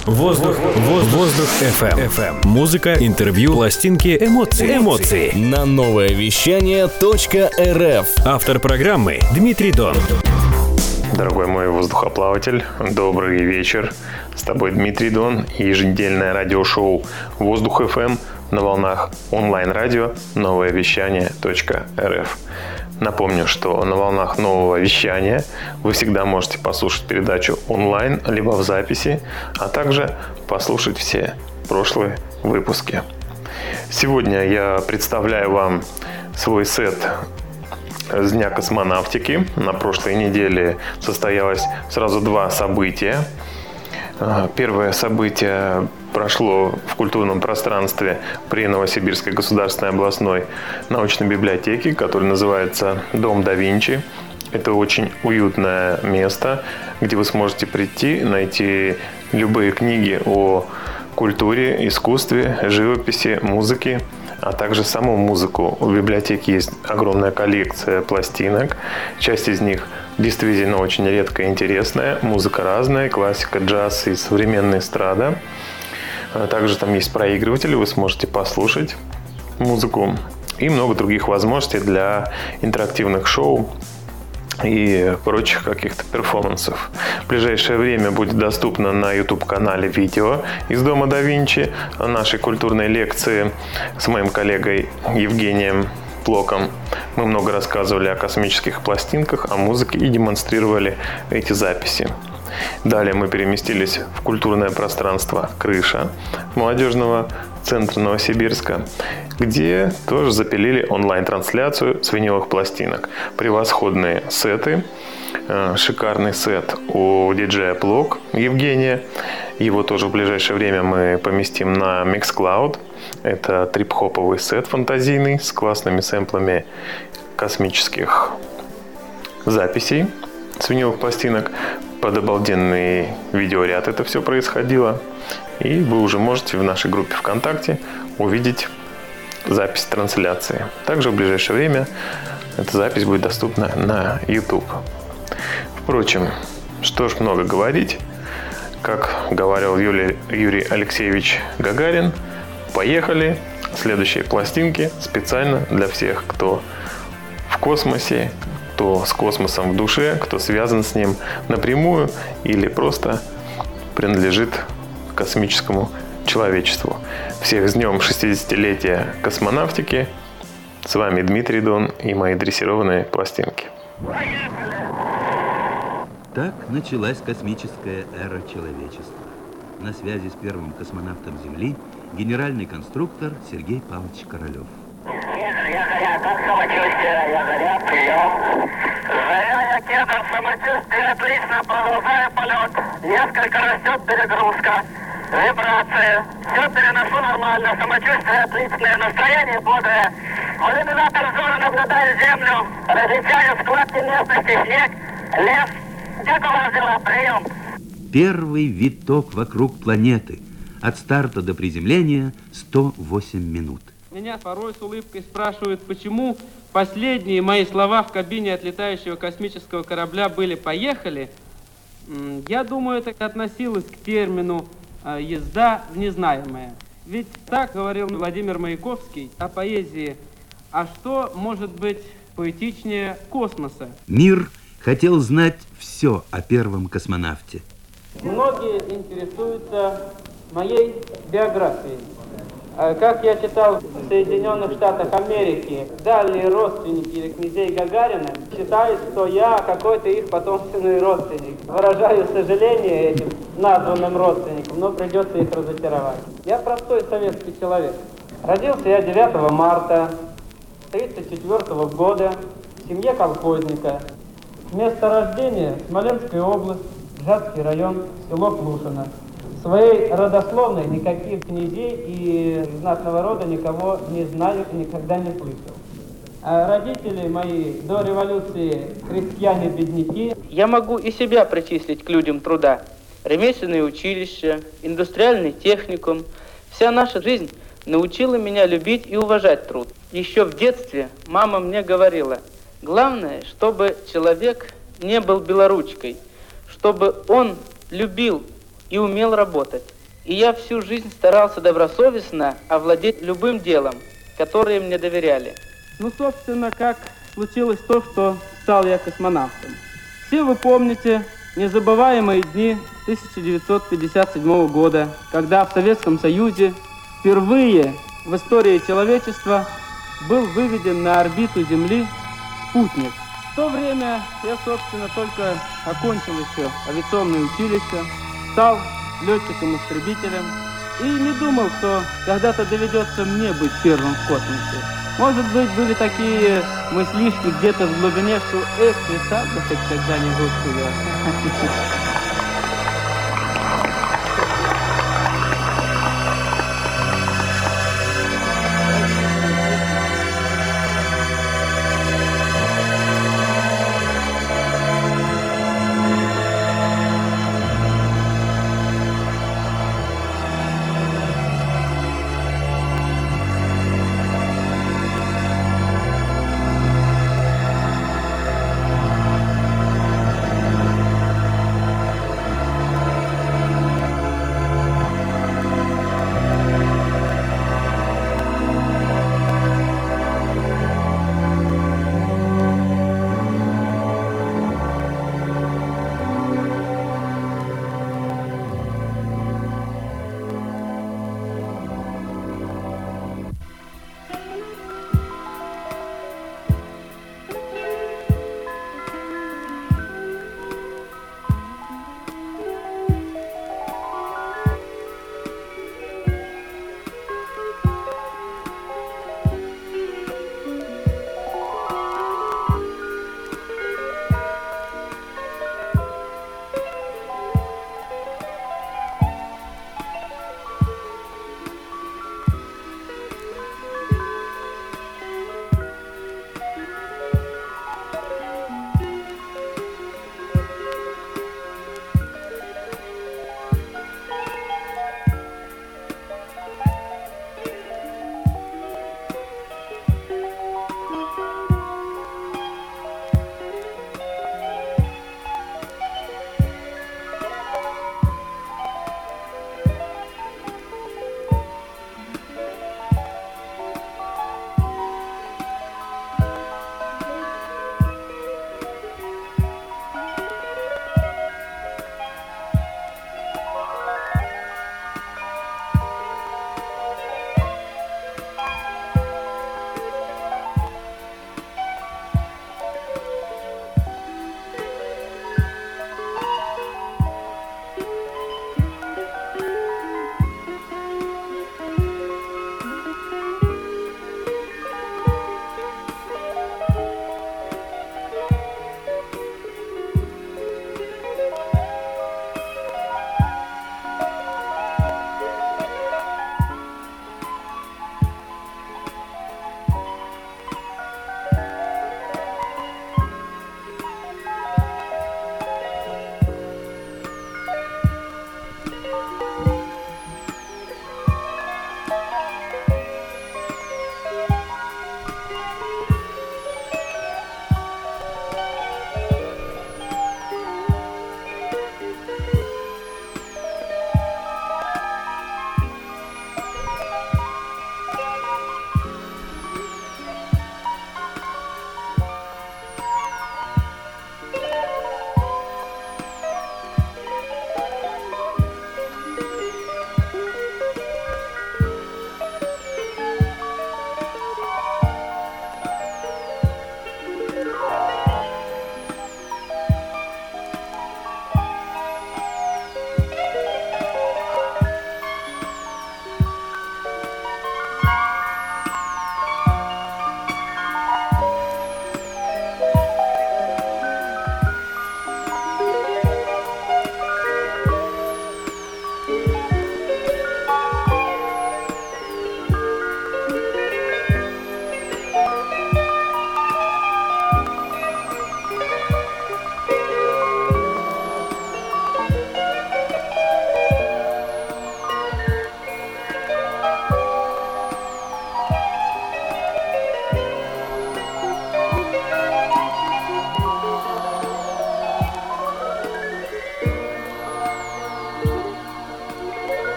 Воздух FM. Музыка, интервью, пластинки, эмоции. На новое вещание.рф. Автор программы Дмитрий Дон. Дорогой мой воздухоплаватель, добрый вечер. С тобой Дмитрий Дон и еженедельное радиошоу «Воздух FM» на волнах онлайн-радио «Новое вещание.рф». Напомню, что на волнах нового вещания вы всегда можете послушать передачу онлайн, либо в записи, а также послушать все прошлые выпуски. Сегодня я представляю вам свой сет с Дня космонавтики. На прошлой неделе состоялось сразу два события. Первое событие прошло в культурном пространстве при Новосибирской государственной областной научной библиотеке, которая называется «Дом да Винчи». Это очень уютное место, где вы сможете прийти, найти любые книги о культуре, искусстве, живописи, музыке, а также саму музыку. В библиотеке есть огромная коллекция пластинок. Часть из них действительно очень редкая и интересная. Музыка разная, классика, джаз и современная эстрада. Также там есть проигрыватели, вы сможете послушать музыку. И много других возможностей для интерактивных шоу и прочих каких-то перформансов. В ближайшее время будет доступно на YouTube-канале видео из Дома да Винчи нашей культурной лекции с моим коллегой Евгением Плоком. Мы много рассказывали о космических пластинках, о музыке и демонстрировали эти записи. Далее мы переместились в культурное пространство «Крыша» молодежного центра Новосибирска, где тоже запилили онлайн-трансляцию с виниловых пластинок. Превосходные сеты. Шикарный сет у диджея Плок Евгения. Его тоже в ближайшее время мы поместим на Mixcloud. Это трип-хоповый сет фантазийный с классными сэмплами космических записей с виниловых пластинок. Под обалденный видеоряд это все происходило. И вы уже можете в нашей группе ВКонтакте увидеть запись трансляции. Также в ближайшее время эта запись будет доступна на YouTube. Впрочем, что ж много говорить. Как говорил Юрий Алексеевич Гагарин, поехали. Следующие пластинки специально для всех, кто в космосе, кто с космосом в душе, кто связан с ним напрямую или просто принадлежит космическому человечеству. Всех с днем 60-летия космонавтики. С вами Дмитрий Дон и мои дрессированные пластинки. Так началась космическая эра человечества. На связи с первым космонавтом Земли генеральный конструктор Сергей Павлович Королев. Как самочувствие? Прием. Заря, кедр, самочувствие отлично, продолжаю полет. Несколько растет перегрузка, вибрации. Все переношу нормально, самочувствие отличное, настроение бодрое. В иллюминатор зора наблюдаю землю, различаю складки местности, снег, лес. Как у вас дела? Прием. Первый виток вокруг планеты. От старта до приземления 108 минут. Меня порой с улыбкой спрашивают, почему последние мои слова в кабине отлетающего космического корабля были «поехали». Я думаю, это относилось к термину «езда в незнаемое». Ведь так говорил Владимир Маяковский о поэзии. А что может быть поэтичнее космоса? Мир хотел знать все о первом космонавте. Многие интересуются моей биографией. Как я читал в Соединенных Штатах Америки, дальние родственники или князей Гагарина считают, что я какой-то их потомственный родственник. Выражаю сожаление этим названным родственникам, но придется их разочаровать. Я простой советский человек. Родился я 9 марта 1934 года в семье колхозника. Место рождения – Смоленская область, Жатский район, село Плушино. Своей родословной никаких князей и знатного рода никого не знаю и никогда не слышал. А родители мои до революции крестьяне-бедняки. Я могу и себя причислить к людям труда. Ремесленное училище, индустриальный техникум. Вся наша жизнь научила меня любить и уважать труд. Еще в детстве мама мне говорила, главное, чтобы человек не был белоручкой, чтобы он любил и умел работать. И я всю жизнь старался добросовестно овладеть любым делом, которое мне доверяли. Ну, собственно, как случилось то, что стал я космонавтом. Все вы помните незабываемые дни 1957 года, когда в Советском Союзе впервые в истории человечества был выведен на орбиту Земли спутник. В то время я, собственно, только окончил еще авиационное училище, стал летчиком-истребителем и не думал, что когда-то доведется мне быть первым в космосе. Может быть, были такие мыслишки где-то в глубине, что так бы хоть когда-нибудь сюда.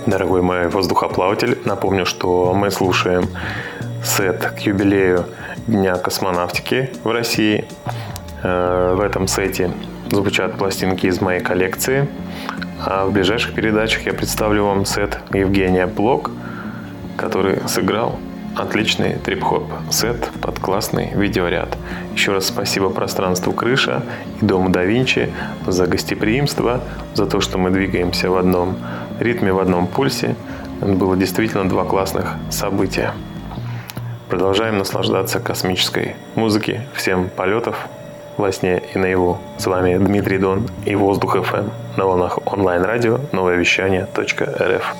Дорогой мой воздухоплаватель, напомню, что мы слушаем сет к юбилею Дня космонавтики в России. В этом сете звучат пластинки из моей коллекции. А в ближайших передачах я представлю вам сет Евгения Блок, который сыграл отличный трип-хоп сет под классный видеоряд. Еще раз спасибо пространству «Крыша» и Дому да Винчи за гостеприимство, за то, что мы двигаемся в одном ритме, в одном пульсе. Было действительно два классных события. Продолжаем наслаждаться космической музыкой. Всем полетов во сне и наяву. С вами Дмитрий Дон и Воздух ФМ на волнах онлайн-радио новое вещание.рф.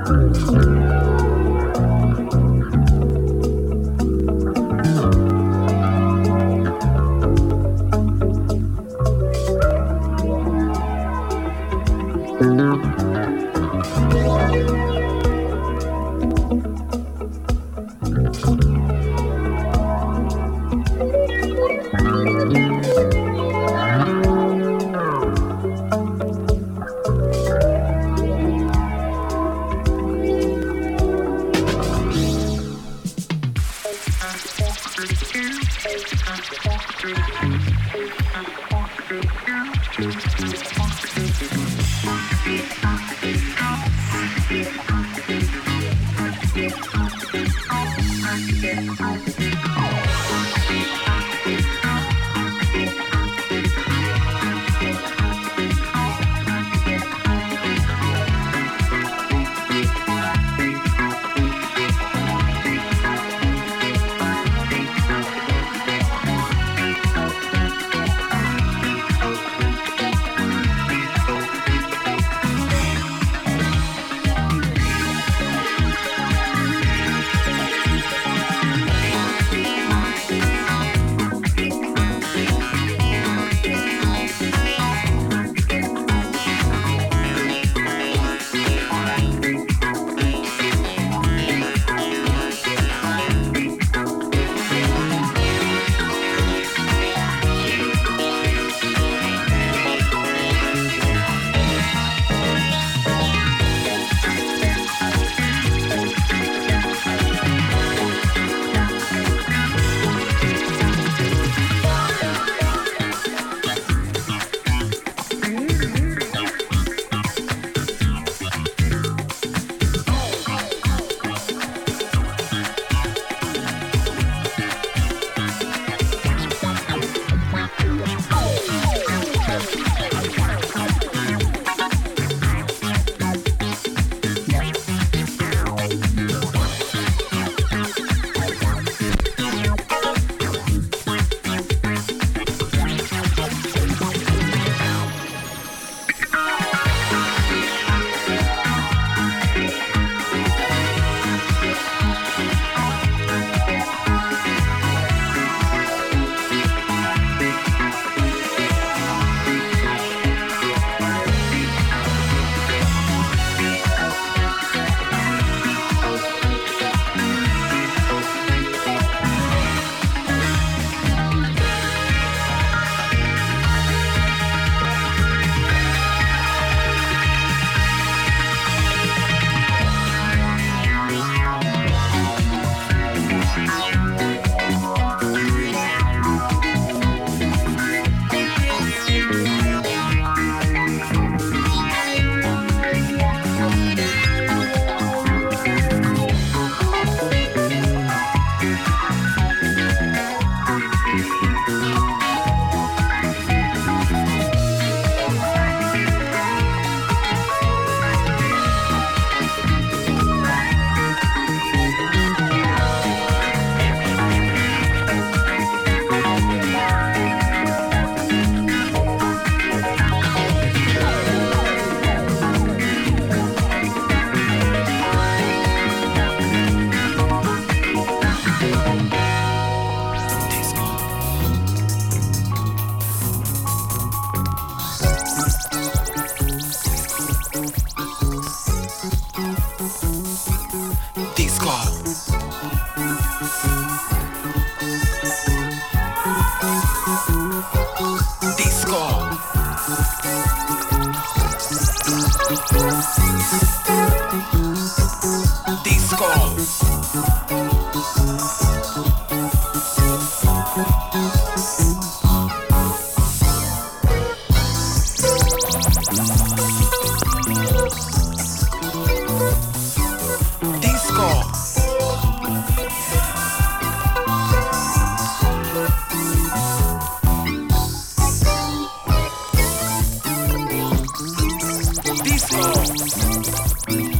Disco.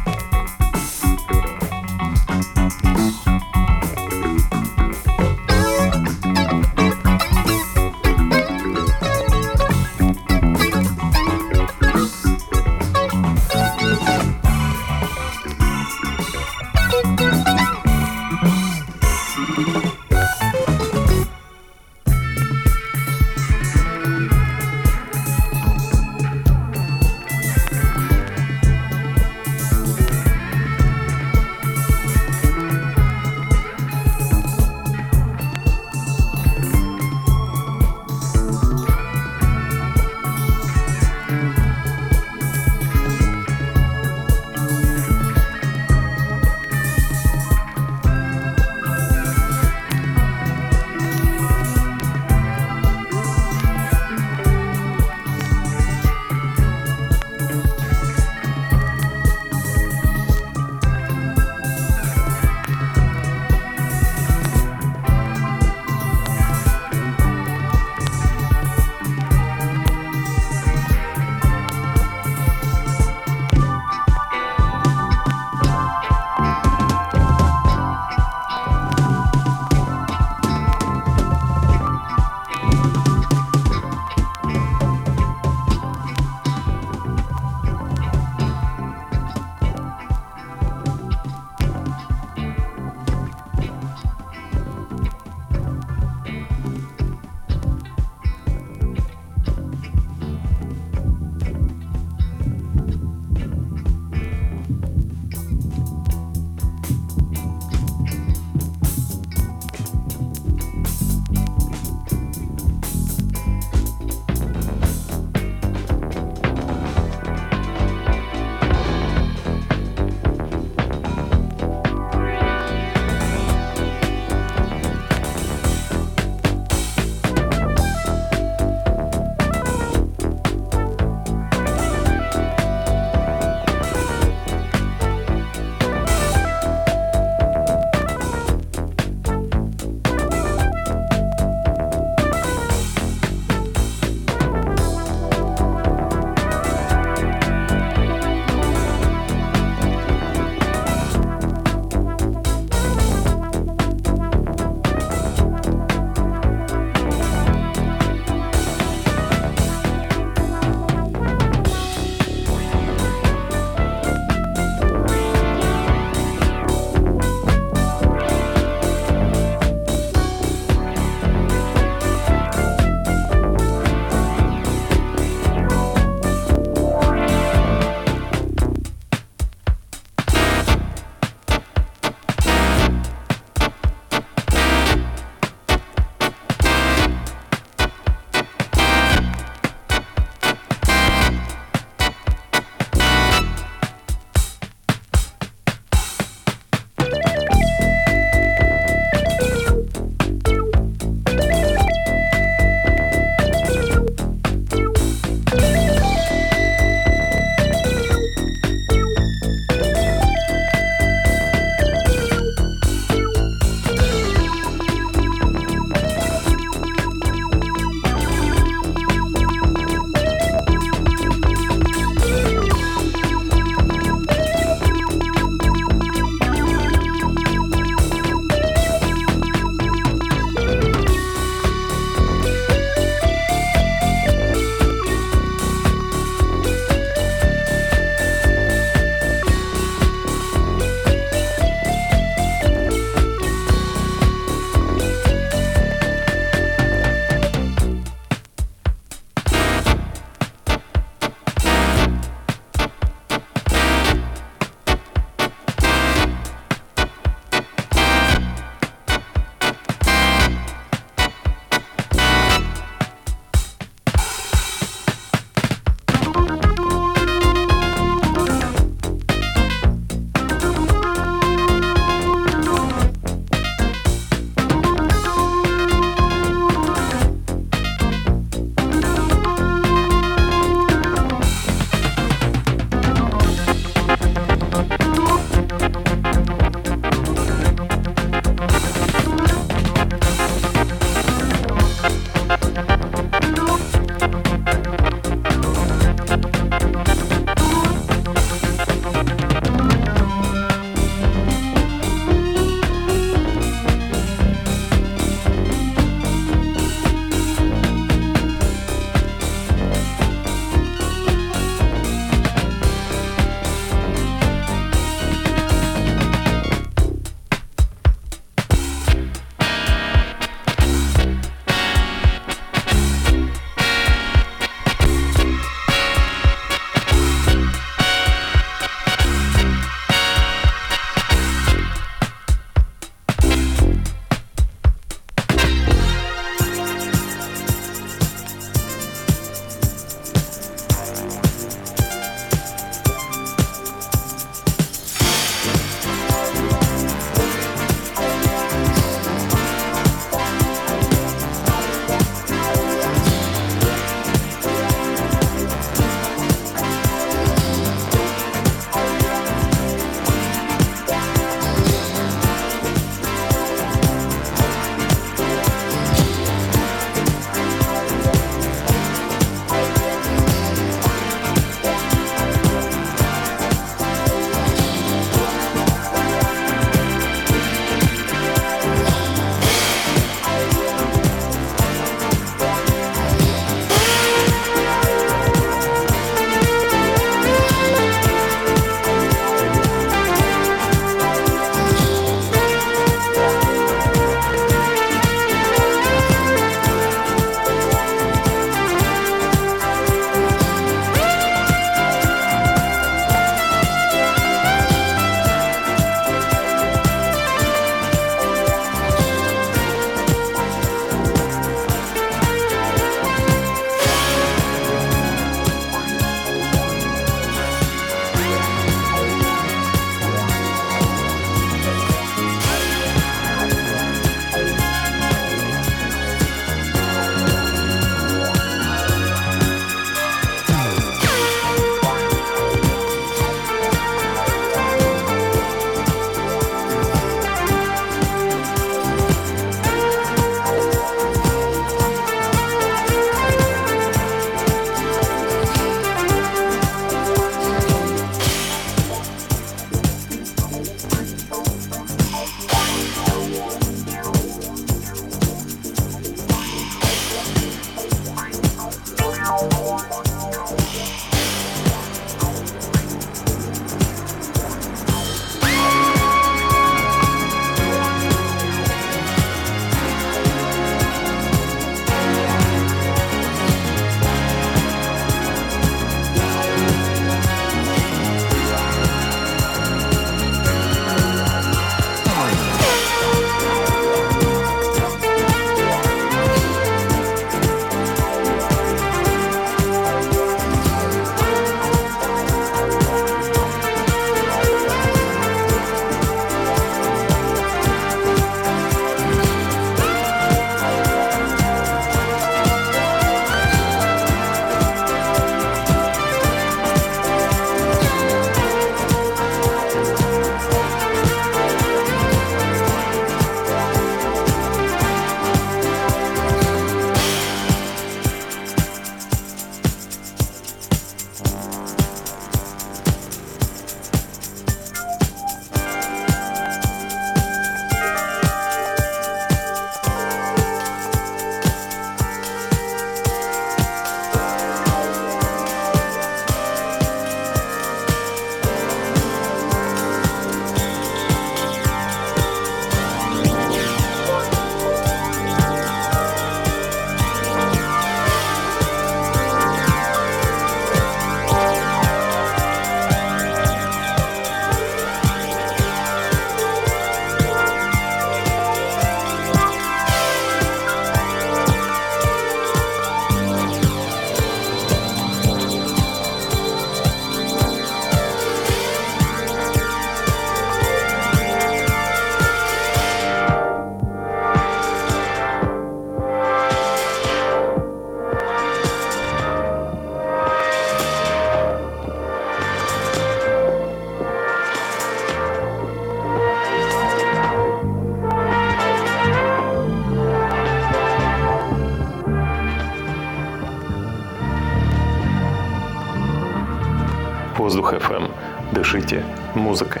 Воздух FM. Дышите музыкой.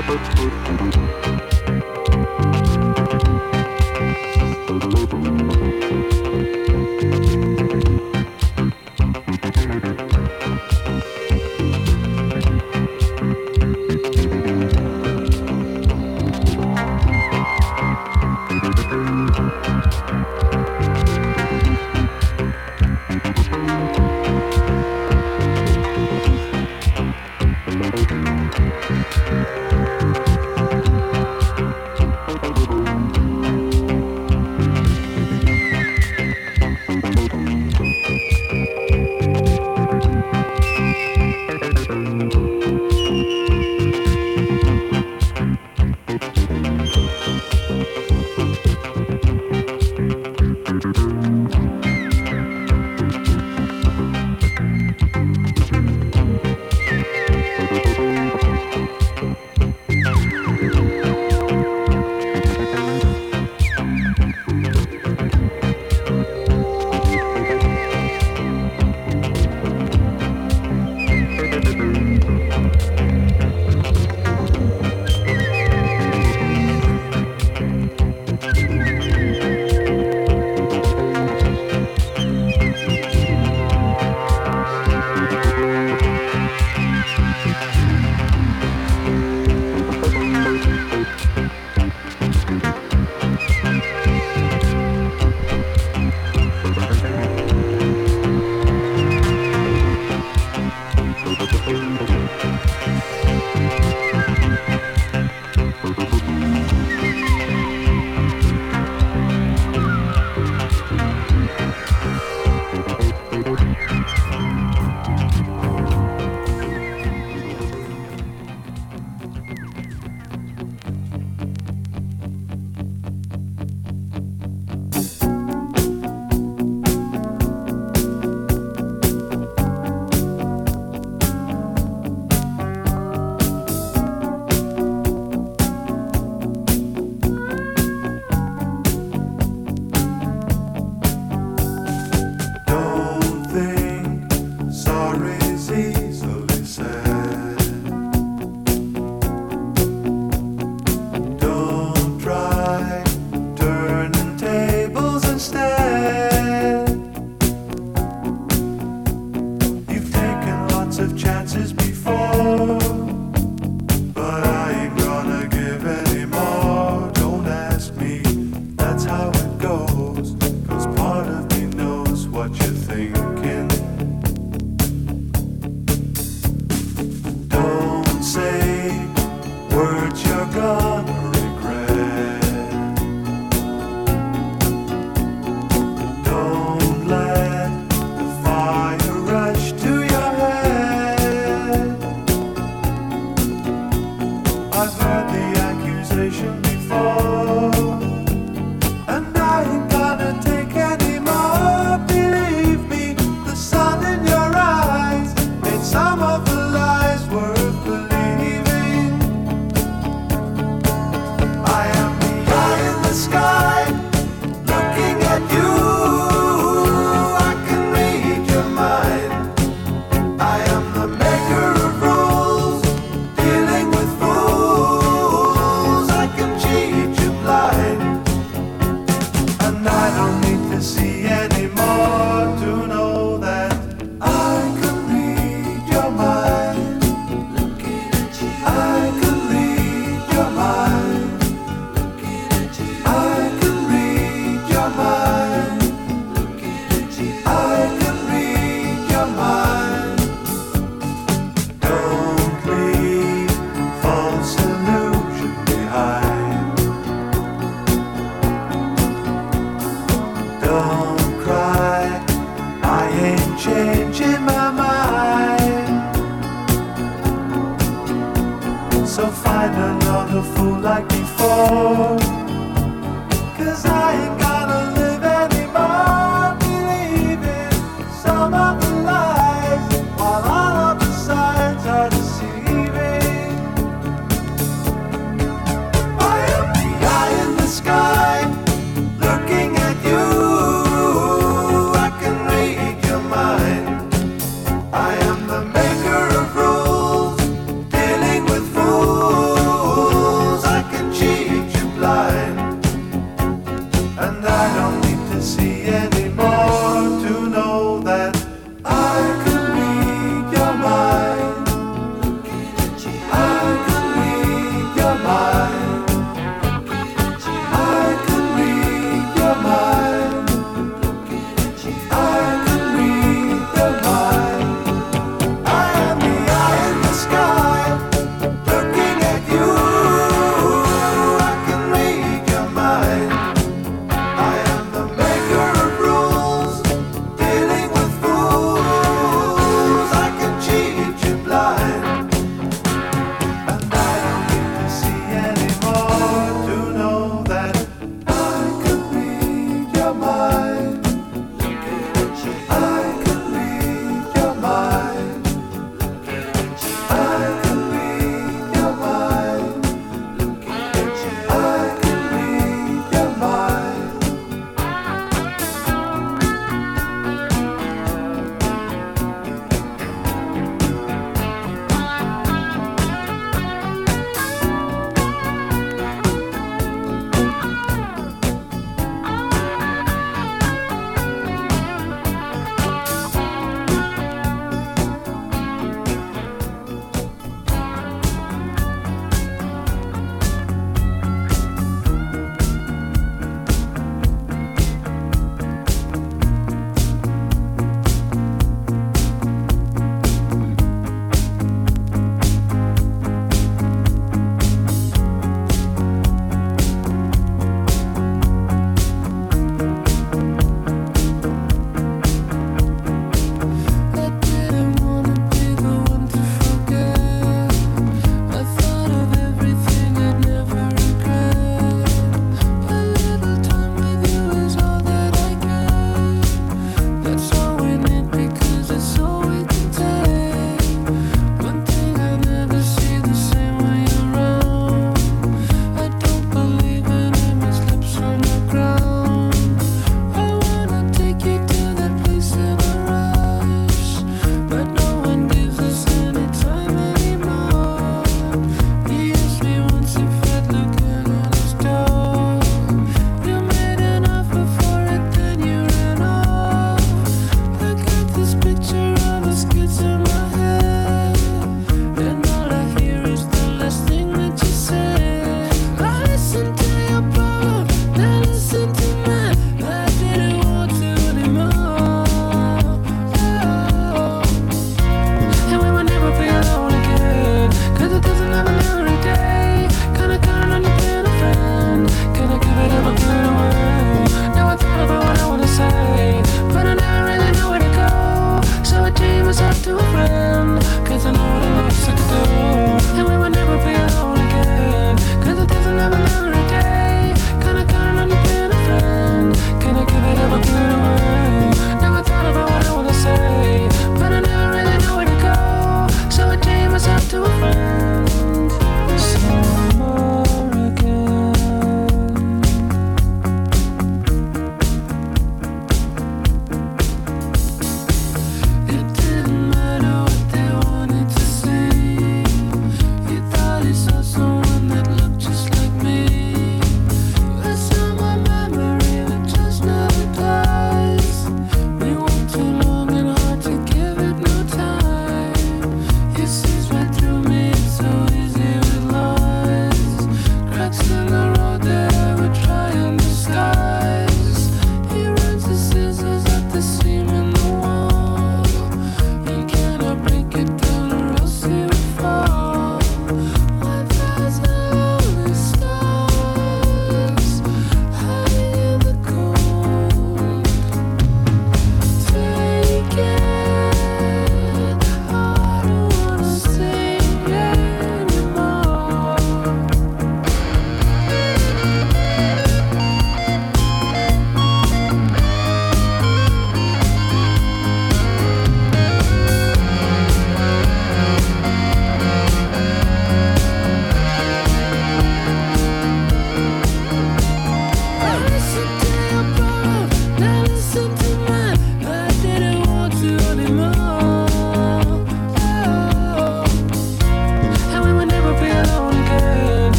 I am the maker of rules, dealing with fools.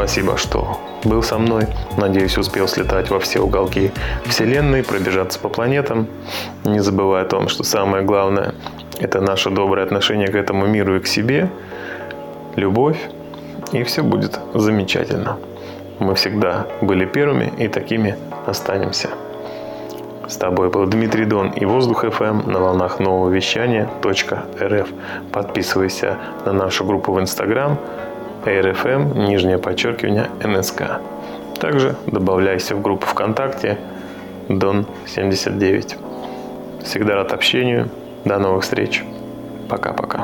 Спасибо, что был со мной. Надеюсь, успел слетать во все уголки Вселенной, пробежаться по планетам. Не забывая о том, что самое главное – это наше доброе отношение к этому миру и к себе, любовь, и все будет замечательно. Мы всегда были первыми и такими останемся. С тобой был Дмитрий Дон и Воздух ФМ на волнах нового вещания .рф. Подписывайся на нашу группу в Инстаграм @RFM_NSK. Также добавляйся в группу ВКонтакте Дон79. Всегда рад общению. До новых встреч. Пока-пока.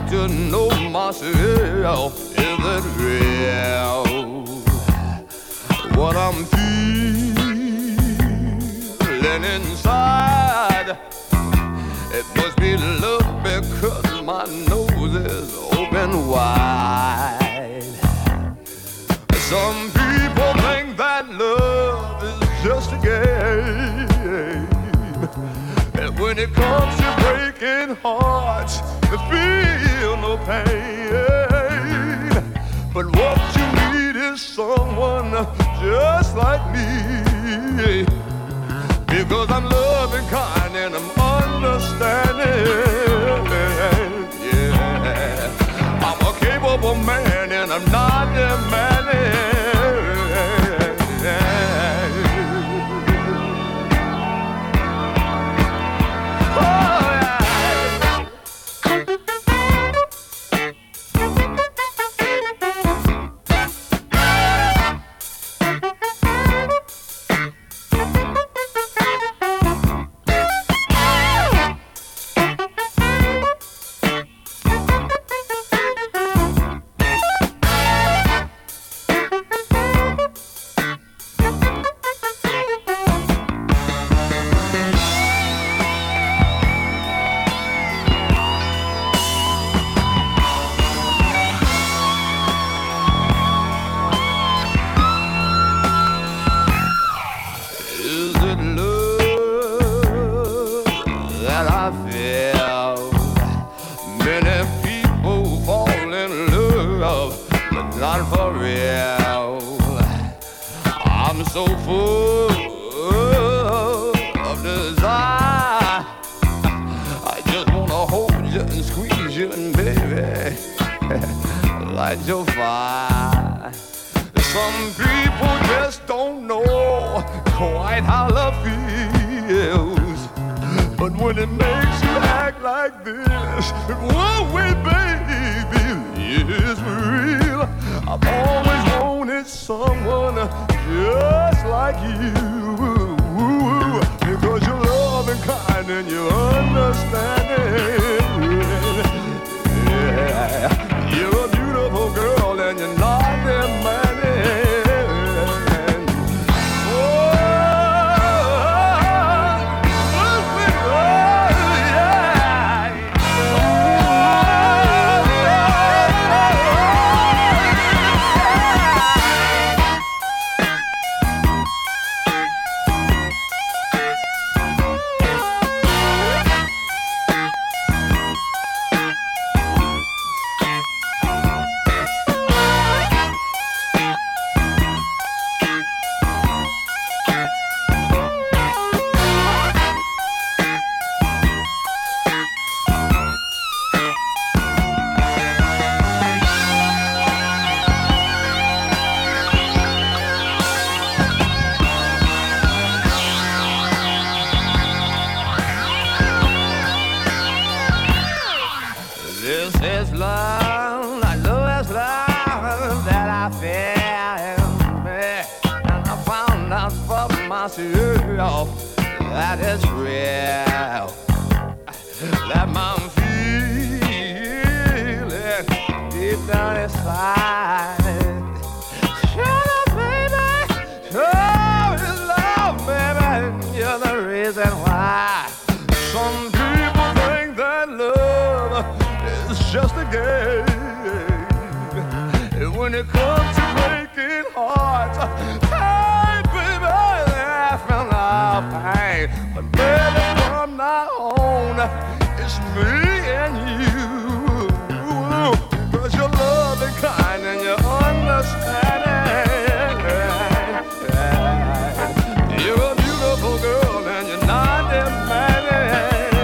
to know myself, is it real? What I'm feeling inside, it must be love because my nose is open wide. Some people think that love is just a game, and when it comes to breaking hearts, you feel no pain. But what you need is someone just like me, because I'm loving, kind, and I'm understanding. Yeah, I'm a capable man, and I'm not demanding. That is real. That I'm feeling deep down inside. Shut up, baby. Oh, it's love, baby. You're the reason why. Some people think that love is just a game. When it comes to breaking hearts, hey, baby, I feel no pain. But baby, from now on, it's me and you. Cause you're loving, kind, and you're understanding. You're a beautiful girl, and you're not demanding.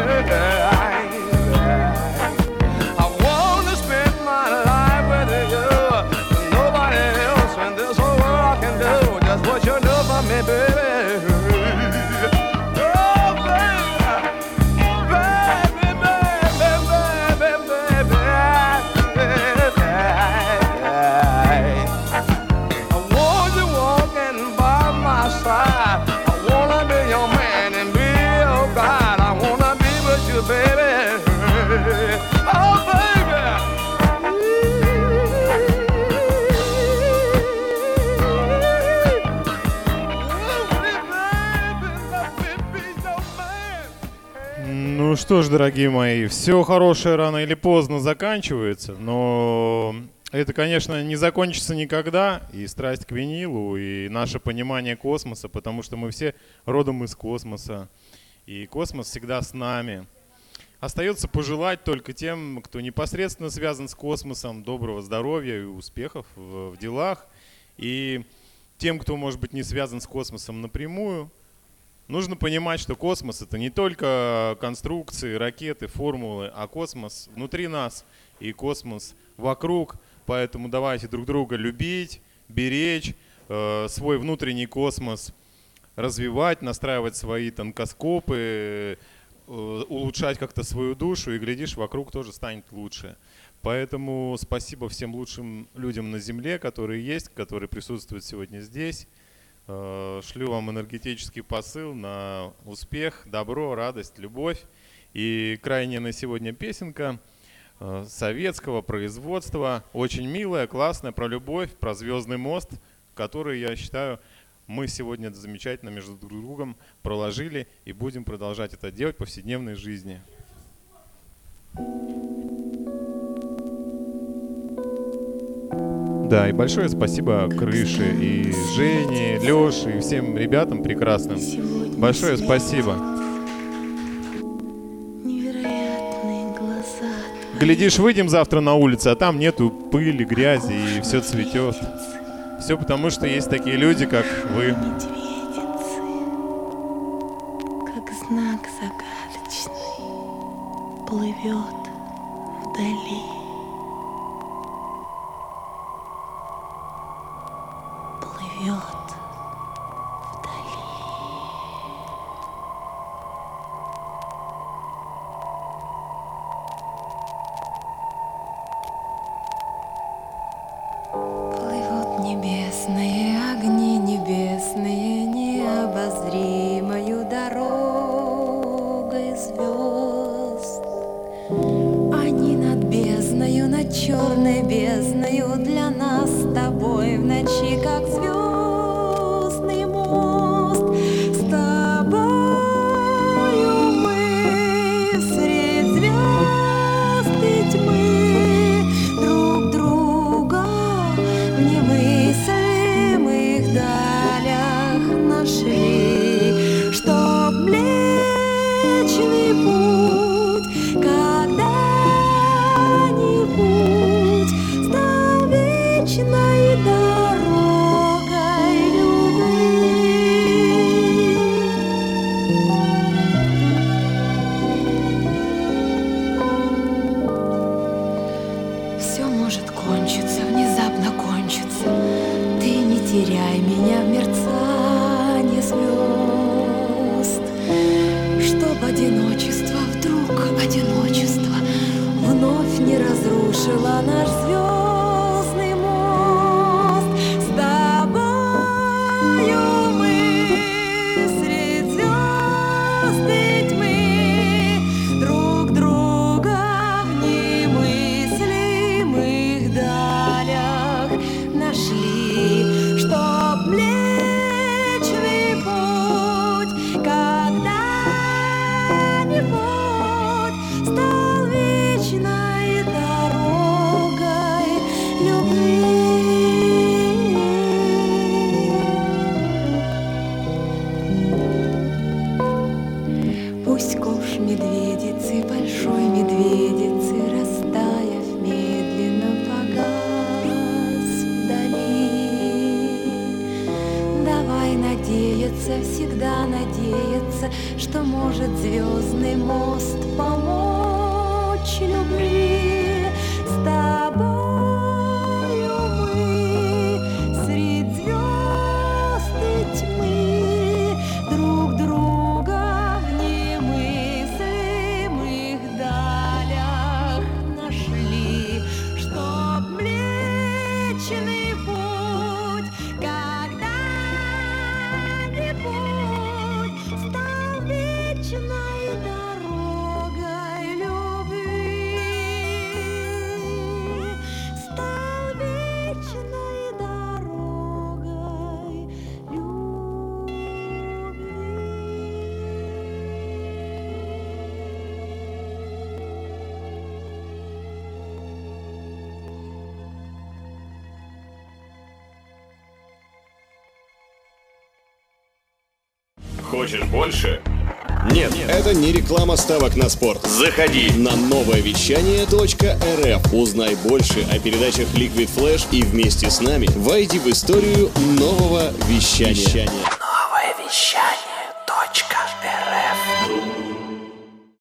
I wanna spend my life with you, nobody else, and there's all I can do. Just what you do for me, baby. Oh, baby, baby, baby. что ж, дорогие мои, все хорошее рано или поздно заканчивается, но это, конечно, не закончится никогда. И страсть к винилу, и наше понимание космоса, потому что мы все родом из космоса, и космос всегда с нами. Остается пожелать только тем, кто непосредственно связан с космосом, доброго здоровья и успехов в делах. И тем, кто, может быть, не связан с космосом напрямую, нужно понимать, что космос — это не только конструкции, ракеты, формулы, а космос внутри нас и космос вокруг. Поэтому давайте друг друга любить, беречь, свой внутренний космос развивать, настраивать свои тонкоскопы, улучшать как-то свою душу, и, глядишь, вокруг тоже станет лучше. Поэтому спасибо всем лучшим людям на Земле, которые есть, которые присутствуют сегодня здесь. Шлю вам энергетический посыл на успех, добро, радость, любовь. И крайняя на сегодня песенка советского производства, очень милая, классная, про любовь, про звездный мост, который, я считаю, мы сегодня замечательно между друг другом проложили и будем продолжать это делать в повседневной жизни. Да, и большое спасибо Крыше, и Жене, Леше, и всем ребятам прекрасным. Большое спасибо. Глядишь, выйдем завтра на улицу, а там нету пыли, грязи, и все цветет. Все потому, что есть такие люди, как вы. Как знак загадочный плывет вдали. Плывет вдали. Плывут небесные огни, небесные, необозримою дорогой звезд. Они над бездною, над черной бездною, для нас с тобой в ночи, как звездный мост. С тобою мы средь звезд и тьмы друг друга в немыслимых далях нашли, чтоб Млечный Путь когда-нибудь стал вечной дорогой любви. Все может кончиться, внезапно кончиться. Ты не теряй меня в мерцании звезд, чтоб одиночество, вдруг одиночество вновь не разрушило наш звездный мост. С тобою мы средь звезд и тьмы друг друга в немыслимых далях нашли, чтоб Млечный Путь когда-нибудь стал вечной дорогой любви. Пусть ковш медведицы, большой медведицы, растаяв медленно погас вдали. Давай надеяться, всегда надеяться, что может звездный мост помочь любви. С тобою мы средь звезд и тьмы друг друга в немыслимых далях нашли, чтоб Млечный Путь когда-нибудь стал вечной дорогой любви. Хочешь больше? Нет, это не реклама ставок на спорт. Заходи на новоевещание.рф. Узнай больше о передачах Liquid Flash и вместе с нами войди в историю нового вещания. Новое вещание.